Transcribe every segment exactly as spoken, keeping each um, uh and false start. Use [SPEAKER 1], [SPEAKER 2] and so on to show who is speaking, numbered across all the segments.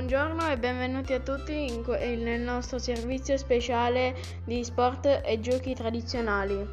[SPEAKER 1] Buongiorno e benvenuti a tutti in que- nel nostro servizio speciale di sport e giochi tradizionali.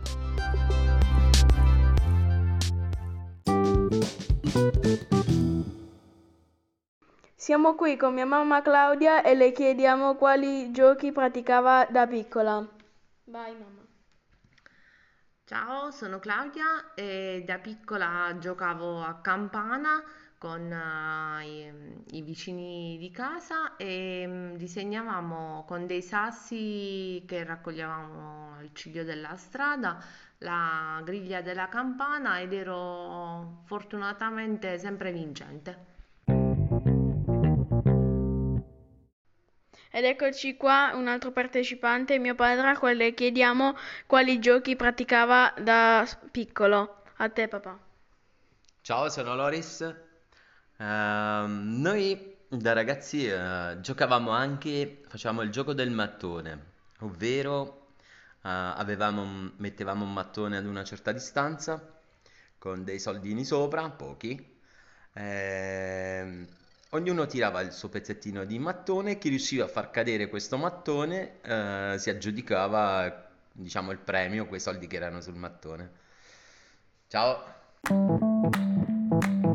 [SPEAKER 1] Siamo qui con mia mamma Claudia e le chiediamo quali giochi praticava da piccola. Vai mamma.
[SPEAKER 2] Ciao, sono Claudia e da piccola giocavo a campana con eh, i, i vicini di casa e mm, disegnavamo con dei sassi che raccoglievamo al ciglio della strada la griglia della campana ed ero fortunatamente sempre vincente.
[SPEAKER 1] Ed eccoci qua, un altro partecipante, mio padre, a cui le chiediamo quali giochi praticava da s- piccolo. A te papà.
[SPEAKER 3] Ciao, sono Loris. Ehm, noi da ragazzi eh, giocavamo anche, facevamo il gioco del mattone, ovvero eh, avevamo- mettevamo un mattone ad una certa distanza con dei soldini sopra, pochi. Ehm, Ognuno tirava il suo pezzettino di mattone, chi riusciva a far cadere questo mattone eh, si aggiudicava, diciamo, il premio, quei soldi che erano sul mattone. Ciao!